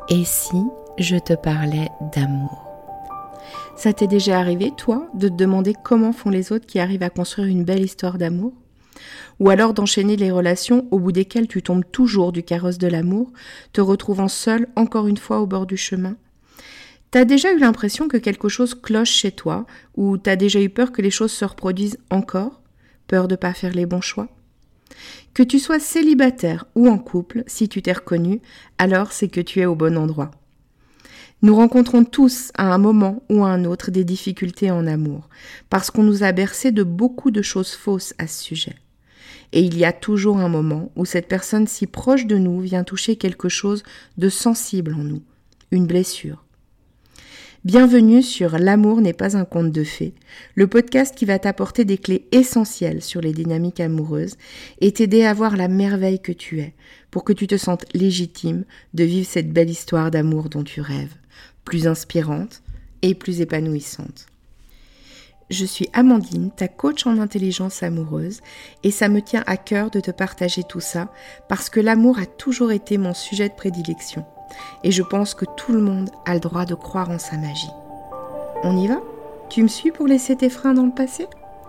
Et si je te parlais d'amour ? Ça t'est déjà arrivé, toi, de te demander comment font les autres qui arrivent à construire une belle histoire d'amour ? Ou alors d'enchaîner les relations au bout desquelles tu tombes toujours du carrosse de l'amour, te retrouvant seul encore une fois au bord du chemin ? T'as déjà eu l'impression que quelque chose cloche chez toi, ou t'as déjà eu peur que les choses se reproduisent encore ? Peur de pas faire les bons choix ? Que tu sois célibataire ou en couple, si tu t'es reconnu, alors c'est que tu es au bon endroit. Nous rencontrons tous à un moment ou à un autre des difficultés en amour, parce qu'on nous a bercé de beaucoup de choses fausses à ce sujet. Et il y a toujours un moment où cette personne si proche de nous vient toucher quelque chose de sensible en nous, une blessure. Bienvenue sur L'amour n'est pas un conte de fées, le podcast qui va t'apporter des clés essentielles sur les dynamiques amoureuses et t'aider à voir la merveille que tu es, pour que tu te sentes légitime de vivre cette belle histoire d'amour dont tu rêves, plus inspirante et plus épanouissante. Je suis Amandine, ta coach en intelligence amoureuse, et ça me tient à cœur de te partager tout ça parce que l'amour a toujours été mon sujet de prédilection. Et je pense que tout le monde a le droit de croire en sa magie. On y va ? Tu me suis pour laisser tes freins dans le passé ?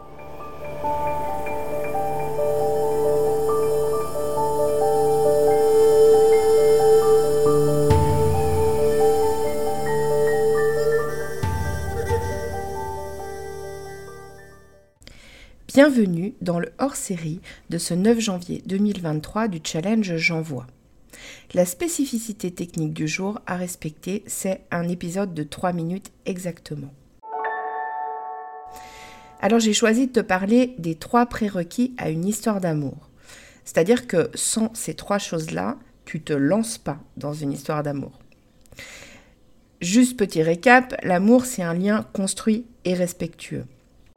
Bienvenue dans le hors-série de ce 9 janvier 2023 du challenge J'envoie. La spécificité technique du jour à respecter, c'est un épisode de 3 minutes exactement. Alors j'ai choisi de te parler des 3 prérequis à une histoire d'amour. C'est-à-dire que sans ces 3 choses-là, tu te lances pas dans une histoire d'amour. Juste petit récap, l'amour c'est un lien construit et respectueux.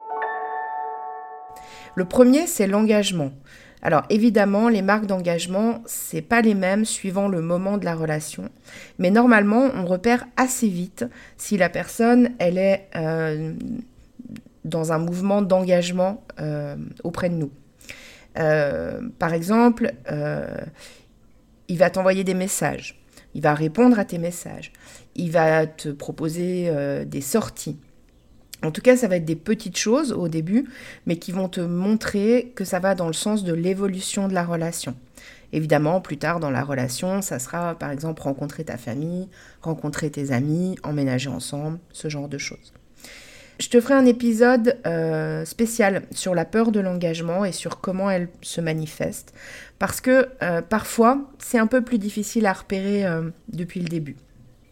Le premier, c'est l'engagement. Alors évidemment, les marques d'engagement, c'est pas les mêmes suivant le moment de la relation. Mais normalement, on repère assez vite si la personne, elle est dans un mouvement d'engagement auprès de nous. Par exemple, il va t'envoyer des messages. Il va répondre à tes messages. Il va te proposer des sorties. En tout cas, ça va être des petites choses au début, mais qui vont te montrer que ça va dans le sens de l'évolution de la relation. Évidemment, plus tard dans la relation, ça sera par exemple rencontrer ta famille, rencontrer tes amis, emménager ensemble, ce genre de choses. Je te ferai un épisode spécial sur la peur de l'engagement et sur comment elle se manifeste, parce que parfois, c'est un peu plus difficile à repérer depuis le début.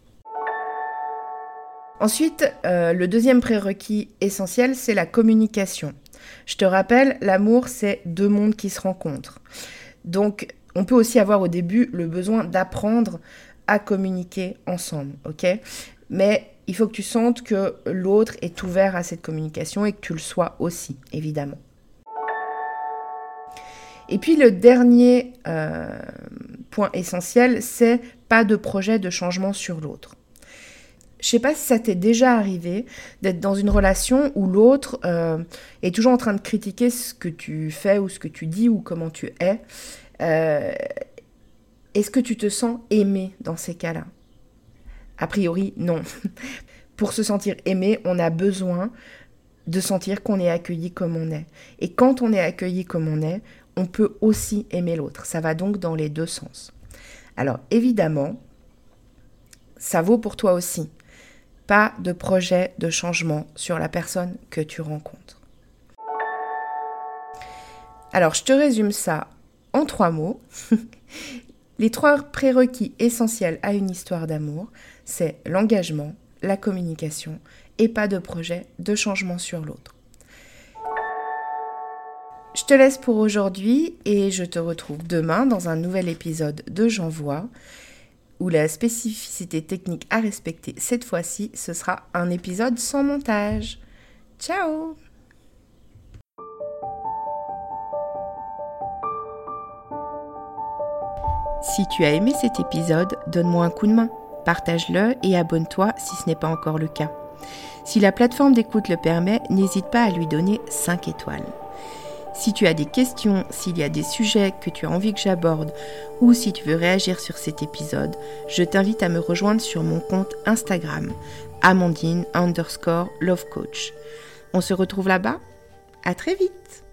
Ensuite, le deuxième prérequis essentiel, c'est la communication. Je te rappelle, l'amour, c'est 2 mondes qui se rencontrent. Donc, on peut aussi avoir au début le besoin d'apprendre à communiquer ensemble, ok ? Mais il faut que tu sentes que l'autre est ouvert à cette communication et que tu le sois aussi, évidemment. Et puis, le dernier point essentiel, c'est pas de projet de changement sur l'autre. Je sais pas si ça t'est déjà arrivé d'être dans une relation où l'autre est toujours en train de critiquer ce que tu fais ou ce que tu dis ou comment tu es. Est-ce que tu te sens aimé dans ces cas-là ? A priori, non. Pour se sentir aimé, on a besoin de sentir qu'on est accueilli comme on est. Et quand on est accueilli comme on est, on peut aussi aimer l'autre. Ça va donc dans les 2 sens. Alors évidemment, ça vaut pour toi aussi. Pas de projet de changement sur la personne que tu rencontres. Alors, je te résume ça en 3 mots. Les 3 prérequis essentiels à une histoire d'amour, c'est l'engagement, la communication et pas de projet de changement sur l'autre. Je te laisse pour aujourd'hui et je te retrouve demain dans un nouvel épisode de J'envoie, où la spécificité technique à respecter cette fois-ci, ce sera un épisode sans montage. Ciao! Si tu as aimé cet épisode, donne-moi un coup de main, partage-le et abonne-toi si ce n'est pas encore le cas. Si la plateforme d'écoute le permet, n'hésite pas à lui donner 5 étoiles. Si tu as des questions, s'il y a des sujets que tu as envie que j'aborde ou si tu veux réagir sur cet épisode, je t'invite à me rejoindre sur mon compte Instagram, Amandine_lovecoach. On se retrouve là-bas. À très vite!